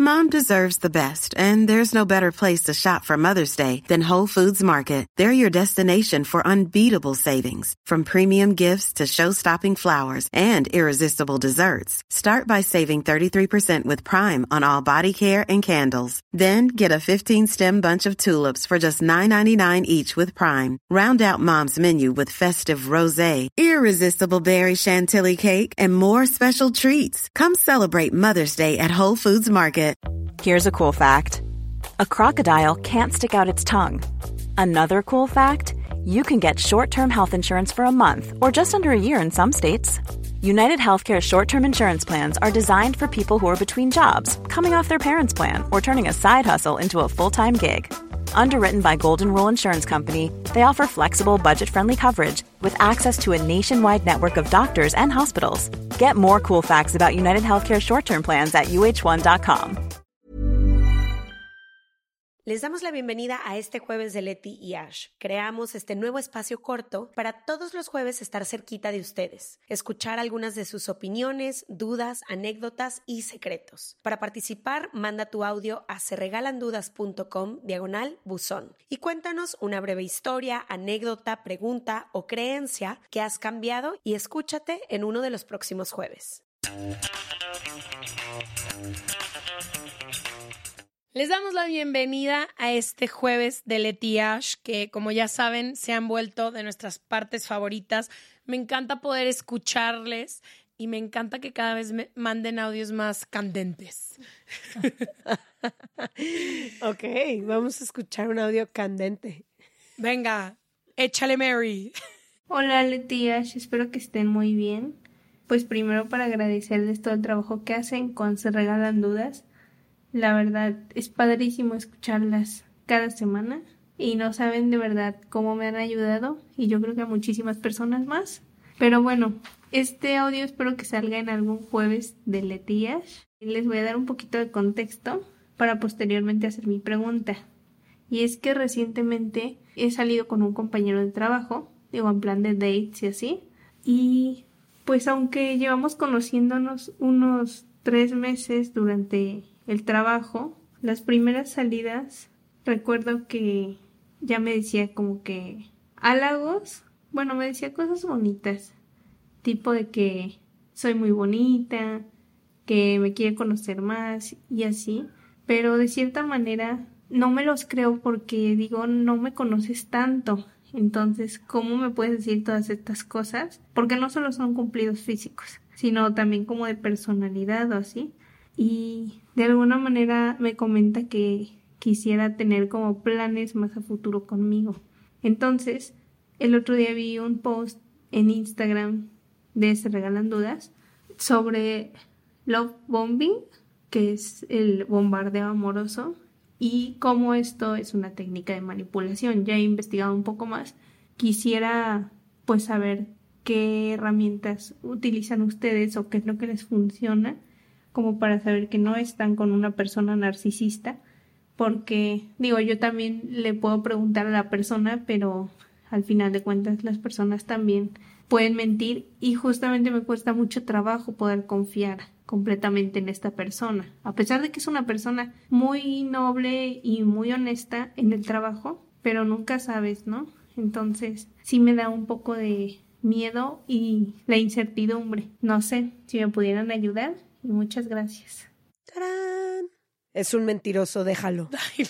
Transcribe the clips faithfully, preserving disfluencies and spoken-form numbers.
Mom deserves the best, and there's no better place to shop for Mother's Day than Whole Foods Market. They're your destination for unbeatable savings, from premium gifts to show-stopping flowers and irresistible desserts. Start by saving thirty-three percent with Prime on all body care and candles. Then get a fifteen-stem bunch of tulips for just nine ninety-nine each with Prime. Round out Mom's menu with festive rosé, irresistible berry chantilly cake, and more special treats. Come celebrate Mother's Day at Whole Foods Market. Here's a cool fact. A crocodile can't stick out its tongue. Another cool fact, you can get short-term health insurance for a month or just under a year in some states. United Healthcare short-term insurance plans are designed for people who are between jobs, coming off their parents' plan, or turning a side hustle into a full-time gig. Underwritten by Golden Rule Insurance Company, they offer flexible, budget-friendly coverage with access to a nationwide network of doctors and hospitals. Get more cool facts about United Healthcare short-term plans at U H one dot com. Les damos la bienvenida a este jueves de Leti y Ash. Creamos este nuevo espacio corto para todos los jueves estar cerquita de ustedes, escuchar algunas de sus opiniones, dudas, anécdotas y secretos. Para participar, manda tu audio a serregalandudas.com diagonal buzón y cuéntanos una breve historia, anécdota, pregunta o creencia que has cambiado y escúchate en uno de los próximos jueves. Les damos la bienvenida a este jueves de Leti y Ash, que como ya saben se han vuelto de nuestras partes favoritas. Me encanta poder escucharles y me encanta que cada vez me manden audios más candentes. Ok, vamos a escuchar un audio candente. Venga, échale Mary. Hola Leti y Ash, espero que estén muy bien. Pues primero para agradecerles todo el trabajo que hacen con Se Regalan Dudas. La verdad, es padrísimo escucharlas cada semana y no saben de verdad cómo me han ayudado y yo creo que a muchísimas personas más. Pero bueno, este audio espero que salga en algún jueves de Leti y Ash. Les voy a dar un poquito de contexto para posteriormente hacer mi pregunta. Y es que recientemente he salido con un compañero de trabajo, digo en plan de dates y así. Y pues aunque llevamos conociéndonos unos tres meses durante el trabajo, las primeras salidas recuerdo que ya me decía como que halagos, bueno, me decía cosas bonitas, tipo de que soy muy bonita, que me quiere conocer más y así, pero de cierta manera no me los creo porque digo, no me conoces tanto, entonces ¿cómo me puedes decir todas estas cosas? Porque no solo son cumplidos físicos, sino también como de personalidad o así. Y de alguna manera me comenta que quisiera tener como planes más a futuro conmigo. Entonces, el otro día vi un post en Instagram de Se Regalan Dudas sobre love bombing, que es el bombardeo amoroso, y cómo esto es una técnica de manipulación. Ya he investigado un poco más. Quisiera pues saber qué herramientas utilizan ustedes o qué es lo que les funciona, como para saber que no están con una persona narcisista, porque, digo, yo también le puedo preguntar a la persona, pero al final de cuentas las personas también pueden mentir y justamente me cuesta mucho trabajo poder confiar completamente en esta persona. A pesar de que es una persona muy noble y muy honesta en el trabajo, pero nunca sabes, ¿no? Entonces, sí me da un poco de miedo y la incertidumbre. No sé si me pudieran ayudar. Y muchas gracias. ¡Tarán! Es un mentiroso, déjalo. Ay,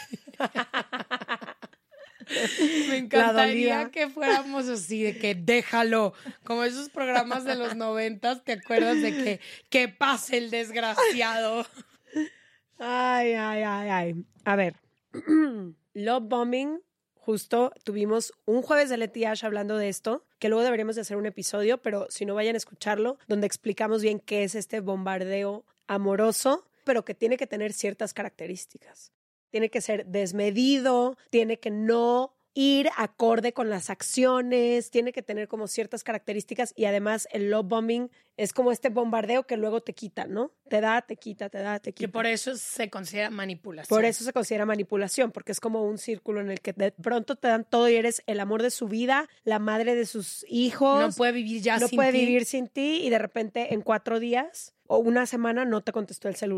me... me encantaría que fuéramos así, de que déjalo, como esos programas de los noventas, ¿te acuerdas de que, que pase el desgraciado? Ay, ay, ay, ay. A ver, love bombing, justo tuvimos un jueves de Leti y Ash hablando de esto, que luego deberíamos de hacer un episodio, pero si no, vayan a escucharlo, donde explicamos bien qué es este bombardeo amoroso, pero que tiene que tener ciertas características. Tiene que ser desmedido, tiene que no ir acorde con las acciones, tiene que tener como ciertas características y además el love bombing es como este bombardeo que luego te quita, ¿no? Te da, te quita, te da, te quita. Que por eso se considera manipulación. Por eso se considera manipulación, porque es como un círculo en el que de pronto te dan todo y eres el amor de su vida, la madre de sus hijos. No puede vivir ya no sin puede ti. vivir sin ti y de repente en cuatro días o una semana no te contestó el celular.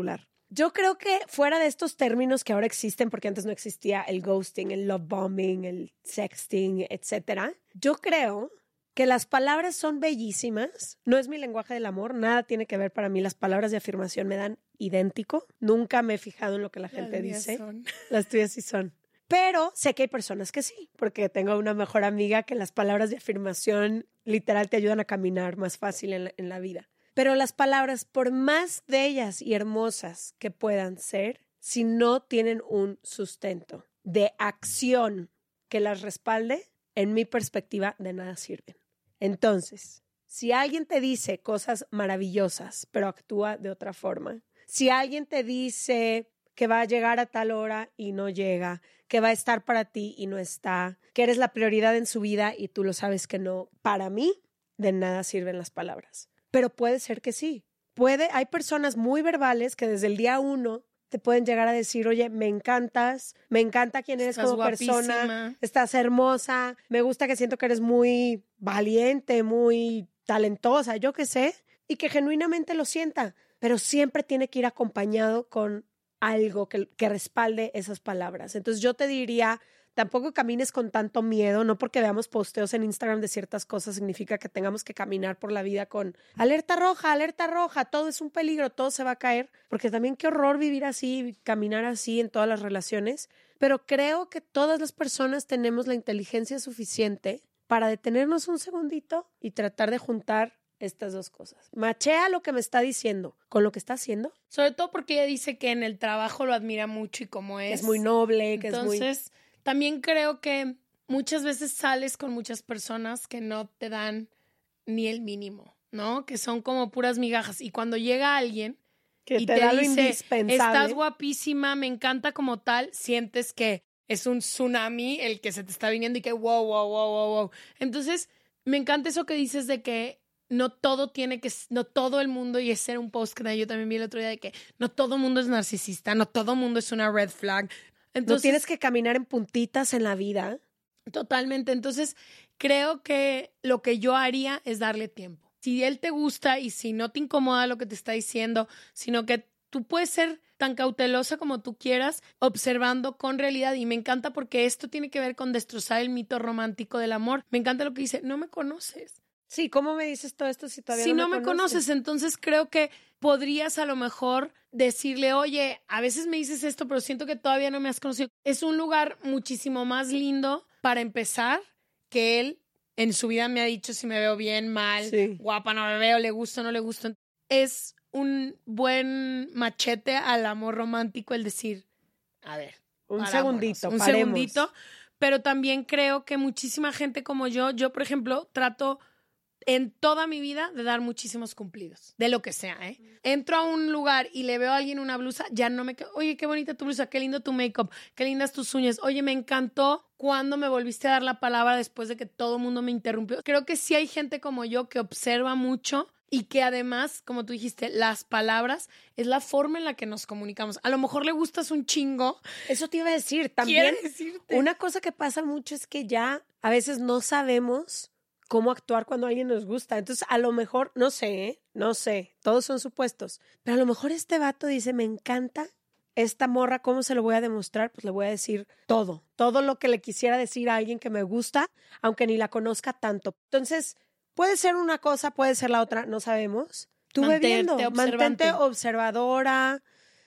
Yo creo que fuera de estos términos que ahora existen, porque antes no existía el ghosting, el love bombing, el sexting, etcétera, yo creo que las palabras son bellísimas. No es mi lenguaje del amor, nada tiene que ver para mí. Las palabras de afirmación me dan idéntico. Nunca me he fijado en lo que la gente Las dice. son. Las tuyas sí son. Pero sé que hay personas que sí, porque tengo una mejor amiga que las palabras de afirmación literal te ayudan a caminar más fácil en la, en la vida. Pero las palabras, por más bellas y hermosas que puedan ser, si no tienen un sustento de acción que las respalde, en mi perspectiva, de nada sirven. Entonces, si alguien te dice cosas maravillosas, pero actúa de otra forma, si alguien te dice que va a llegar a tal hora y no llega, que va a estar para ti y no está, que eres la prioridad en su vida y tú lo sabes que no, para mí, de nada sirven las palabras. Pero puede ser que sí. Puede, hay personas muy verbales que desde el día uno te pueden llegar a decir, oye, me encantas, me encanta quién eres Estás como guapísima. persona, estás hermosa, me gusta que siento que eres muy valiente, muy talentosa, yo qué sé, y que genuinamente lo sienta, pero siempre tiene que ir acompañado con algo que, que respalde esas palabras. Entonces yo te diría, tampoco camines con tanto miedo, no porque veamos posteos en Instagram de ciertas cosas significa que tengamos que caminar por la vida con alerta roja, alerta roja, todo es un peligro, todo se va a caer, porque también qué horror vivir así, caminar así en todas las relaciones, pero creo que todas las personas tenemos la inteligencia suficiente para detenernos un segundito y tratar de juntar estas dos cosas. Machea lo que me está diciendo con lo que está haciendo. Sobre todo porque ella dice que en el trabajo lo admira mucho y como es. Es muy noble, que Entonces, es muy... también creo que muchas veces sales con muchas personas que no te dan ni el mínimo, ¿no? Que son como puras migajas. Y cuando llega alguien que y te, te, da lo dice, indispensable. estás guapísima, me encanta como tal, sientes que es un tsunami el que se te está viniendo y que wow, wow, wow, wow, wow. Entonces, me encanta eso que dices de que no todo tiene que, no todo el mundo, y es ser un post que yo también vi el otro día de que no todo el mundo es narcisista, no todo el mundo es una red flag. Entonces, no tienes que caminar en puntitas en la vida. Totalmente. Entonces, creo que lo que yo haría es darle tiempo. Si él te gusta y si no te incomoda lo que te está diciendo, sino que tú puedes ser tan cautelosa como tú quieras, observando con realidad. Y me encanta porque esto tiene que ver con destrozar el mito romántico del amor. Me encanta lo que dice, no me conoces. Sí, ¿cómo me dices todo esto si todavía si no, no me me conoces? conoces? Entonces creo que podrías a lo mejor decirle, oye, a veces me dices esto, pero siento que todavía no me has conocido. Es un lugar muchísimo más lindo para empezar que él en su vida me ha dicho si me veo bien, mal, Sí. guapa, no me veo, le gusto, no le gusto. Es un buen machete al amor romántico el decir, a ver, Un parámonos, segundito, un paremos. segundito, pero también creo que muchísima gente como yo, yo por ejemplo, trato en toda mi vida de dar muchísimos cumplidos, de lo que sea, ¿eh? Entro a un lugar y le veo a alguien una blusa, ya no me quedo, oye, qué bonita tu blusa, qué lindo tu make-up, qué lindas tus uñas, oye, me encantó cuando me volviste a dar la palabra después de que todo el mundo me interrumpió. Creo que sí hay gente como yo que observa mucho y que además, como tú dijiste, las palabras es la forma en la que nos comunicamos. A lo mejor le gustas un chingo. Eso te iba a decir. También Quiero decirte. una cosa que pasa mucho es que ya a veces no sabemos cómo actuar cuando alguien nos gusta. Entonces, a lo mejor, no sé, ¿eh? no sé, todos son supuestos, pero a lo mejor este vato dice, me encanta esta morra, ¿cómo se lo voy a demostrar? Pues le voy a decir todo, todo lo que le quisiera decir a alguien que me gusta, aunque ni la conozca tanto. Entonces, puede ser una cosa, puede ser la otra, no sabemos. Tú ve viendo, mantente observadora,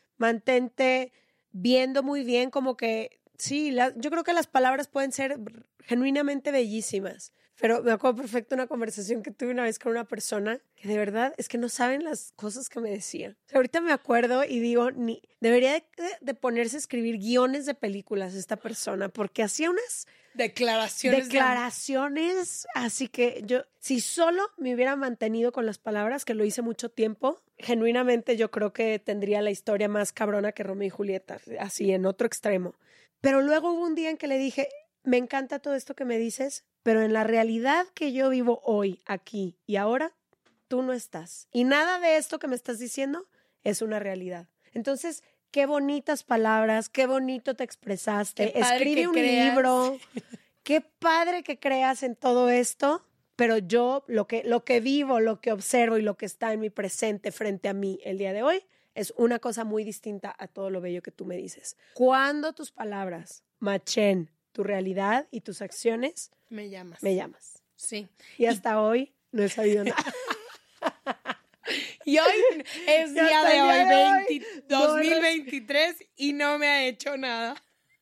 mantente viendo muy bien, como que, sí, la, yo creo que las palabras pueden ser genuinamente bellísimas. Pero me acuerdo perfecto una conversación que tuve una vez con una persona que de verdad es que no saben las cosas que me decía. O sea, ahorita me acuerdo y digo, ni debería de, de ponerse a escribir guiones de películas esta persona, porque hacía unas Declaraciones. declaraciones, de... así que yo, si solo me hubiera mantenido con las palabras, que lo hice mucho tiempo, genuinamente yo creo que tendría la historia más cabrona que Romeo y Julieta, así en otro extremo. Pero luego hubo un día en que le dije, me encanta todo esto que me dices, pero en la realidad que yo vivo hoy, aquí y ahora, tú no estás. Y nada de esto que me estás diciendo es una realidad. Entonces, qué bonitas palabras, qué bonito te expresaste. Escribe un creas. libro. Qué padre que creas en todo esto, pero yo lo que, lo que vivo, lo que observo y lo que está en mi presente frente a mí el día de hoy es una cosa muy distinta a todo lo bello que tú me dices. Cuando tus palabras machen tu realidad y tus acciones, me llamas. Me llamas. Sí. Y hasta y... hoy no he sabido nada. Y hoy es día de, de hoy, de veinte, hoy, dos mil veintitrés, no, y no me ha hecho nada.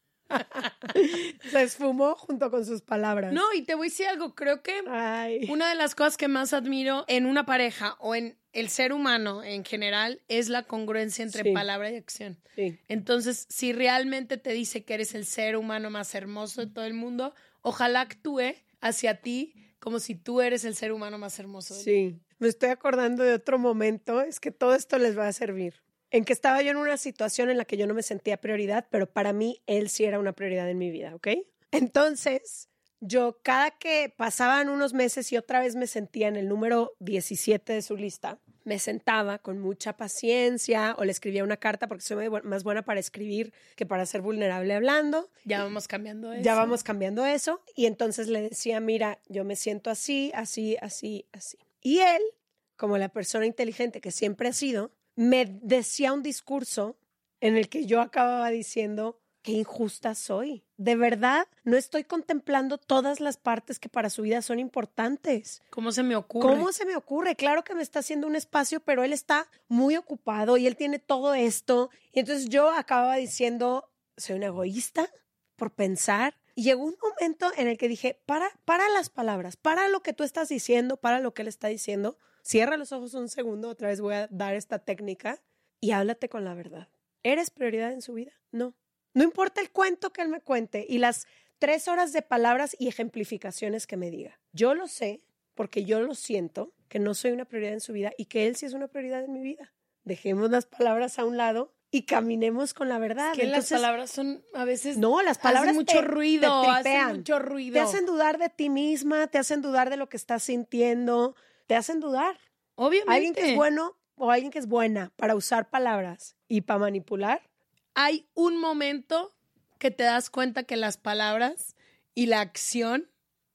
Se esfumó junto con sus palabras. No, y te voy a decir algo, creo que Ay. una de las cosas que más admiro en una pareja o en el ser humano en general es la congruencia entre sí. palabra y acción. Sí. Entonces, si realmente te dice que eres el ser humano más hermoso de todo el mundo, ojalá actúe hacia ti como si tú eres el ser humano más hermoso. Sí, me estoy acordando de otro momento, es que todo esto les va a servir. En que estaba yo en una situación en la que yo no me sentía prioridad, pero para mí él sí era una prioridad en mi vida, ¿ok? Entonces, yo cada que pasaban unos meses y otra vez me sentía en el número diecisiete de su lista, me sentaba con mucha paciencia o le escribía una carta porque soy más buena para escribir que para ser vulnerable hablando. Ya vamos cambiando eso. Ya vamos cambiando eso. Y entonces le decía, mira, yo me siento así, así, así, así. Y él, como la persona inteligente que siempre ha sido, me decía un discurso en el que yo acababa diciendo, qué injusta soy. De verdad, no estoy contemplando todas las partes que para su vida son importantes. ¿Cómo se me ocurre? ¿Cómo se me ocurre? Claro que me está haciendo un espacio, pero él está muy ocupado y él tiene todo esto. Y entonces yo acababa diciendo, soy una egoísta por pensar. Y llegó un momento en el que dije, para, para las palabras, para lo que tú estás diciendo, para lo que él está diciendo. Cierra los ojos un segundo, otra vez voy a dar esta técnica y háblate con la verdad. ¿Eres prioridad en su vida? No. No importa el cuento que él me cuente y las tres horas de palabras y ejemplificaciones que me diga. Yo lo sé porque yo lo siento que no soy una prioridad en su vida y que él sí es una prioridad en mi vida. Dejemos las palabras a un lado y caminemos con la verdad. Es que Entonces, las palabras son a veces... No, las palabras hacen mucho te, ruido, te tripean. hacen mucho ruido. Te hacen dudar de ti misma, te hacen dudar de lo que estás sintiendo, te hacen dudar. Obviamente. Alguien que es bueno o alguien que es buena para usar palabras y para manipular. Hay un momento que te das cuenta que las palabras y la acción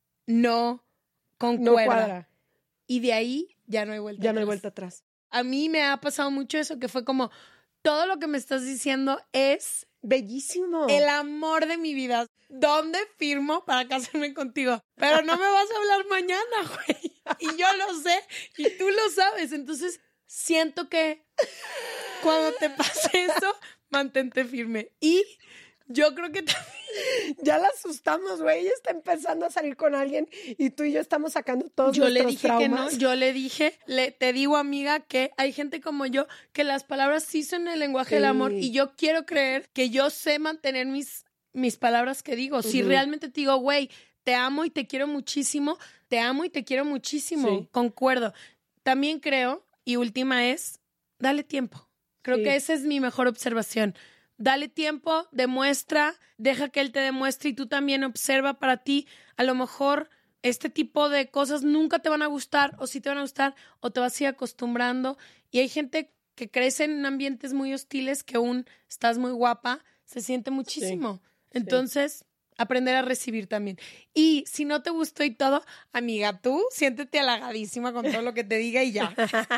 no concuerdan. No cuadra. Y de ahí ya no hay vuelta ya atrás. no hay vuelta atrás. A mí me ha pasado mucho eso, que fue como, todo lo que me estás diciendo es... bellísimo. El amor de mi vida. ¿Dónde firmo para casarme contigo? Pero no me vas a hablar mañana, güey. Y yo lo sé, y tú lo sabes. Entonces, siento que cuando te pase eso, mantente firme. Y yo creo que también... Ya la asustamos, güey. Ella está empezando a salir con alguien y tú y yo estamos sacando todos yo nuestros le dije traumas. Que no, yo le dije, le, te digo, amiga, que hay gente como yo que las palabras sí son el lenguaje sí. del amor y yo quiero creer que yo sé mantener mis, mis palabras que digo. Uh-huh. Si realmente te digo, güey, te amo y te quiero muchísimo, te amo y te quiero muchísimo. Sí. Concuerdo. También creo, y última es, dale tiempo. Creo sí. que esa es mi mejor observación. Dale tiempo, demuestra, deja que él te demuestre y tú también observa para ti. A lo mejor este tipo de cosas nunca te van a gustar o sí te van a gustar o te vas a ir acostumbrando. Y hay gente que crece en ambientes muy hostiles que aún estás muy guapa, se siente muchísimo. Sí, Entonces, sí. aprender a recibir también. Y si no te gustó y todo, amiga, tú siéntete halagadísima con todo lo que te diga y ya.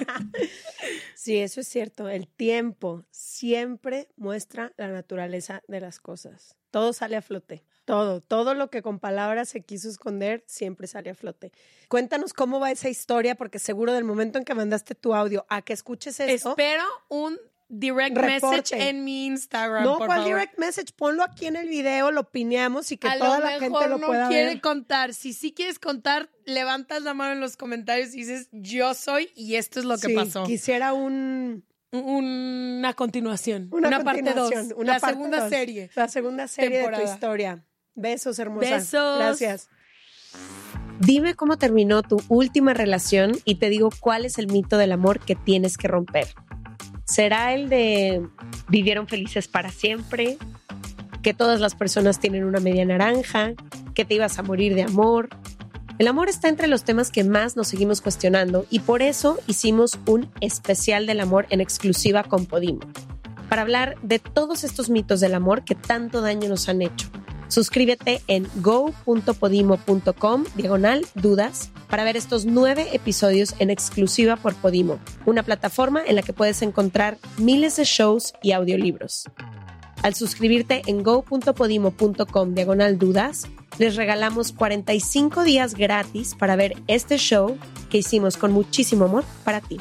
Sí, eso es cierto. El tiempo siempre muestra la naturaleza de las cosas. Todo sale a flote. Todo, todo lo que con palabras se quiso esconder siempre sale a flote. Cuéntanos cómo va esa historia, porque seguro del momento en que mandaste tu audio a que escuches esto... Espero un direct reporte. Message en mi Instagram, No, por ¿cuál favor? direct message? Ponlo aquí en el video, lo pineamos y que a toda lo la gente lo no pueda ver. quiere contar. Si sí quieres contar, levantas la mano en los comentarios y dices, yo soy y esto es lo que sí, pasó. Quisiera un... Una continuación. Una, una continuación, parte dos. Una la parte segunda dos. serie. La segunda serie temporada. de tu historia. Besos, hermosa. Besos. Gracias. Dime cómo terminó tu última relación y te digo cuál es el mito del amor que tienes que romper. ¿Será el de vivieron felices para siempre? ¿Que todas las personas tienen una media naranja? ¿Que te ibas a morir de amor? El amor está entre los temas que más nos seguimos cuestionando y por eso hicimos un especial del amor en exclusiva con Podimo, para hablar de todos estos mitos del amor que tanto daño nos han hecho. Suscríbete en go.podimo.com diagonal dudas para ver estos nueve episodios en exclusiva por Podimo, una plataforma en la que puedes encontrar miles de shows y audiolibros. Al suscribirte en go.podimo.com diagonal dudas, les regalamos cuarenta y cinco días gratis para ver este show que hicimos con muchísimo amor para ti.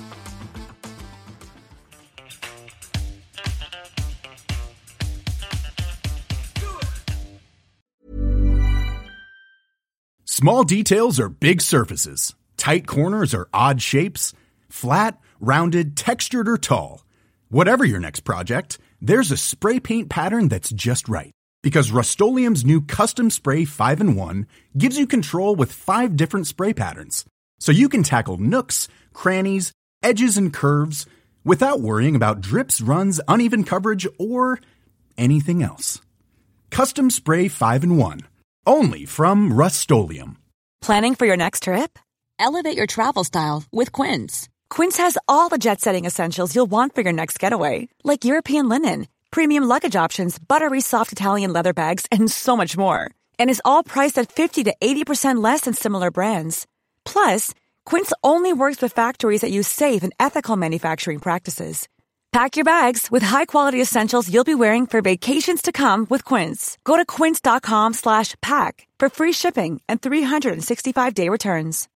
Small details are big surfaces. Tight corners are odd shapes. Flat, rounded, textured, or tall. Whatever your next project, there's a spray paint pattern that's just right. Because Rust-Oleum's new Custom Spray five in one gives you control with five different spray patterns. So you can tackle nooks, crannies, edges, and curves without worrying about drips, runs, uneven coverage, or anything else. Custom Spray five in one. Only from Rust-Oleum. Planning for your next trip? Elevate your travel style with Quince. Quince has all the jet-setting essentials you'll want for your next getaway, like European linen, premium luggage options, buttery soft Italian leather bags, and so much more. And is all priced at fifty to eighty percent less than similar brands. Plus, Quince only works with factories that use safe and ethical manufacturing practices. Pack your bags with high-quality essentials you'll be wearing for vacations to come with Quince. Go to quince.com slash pack for free shipping and three sixty-five day returns.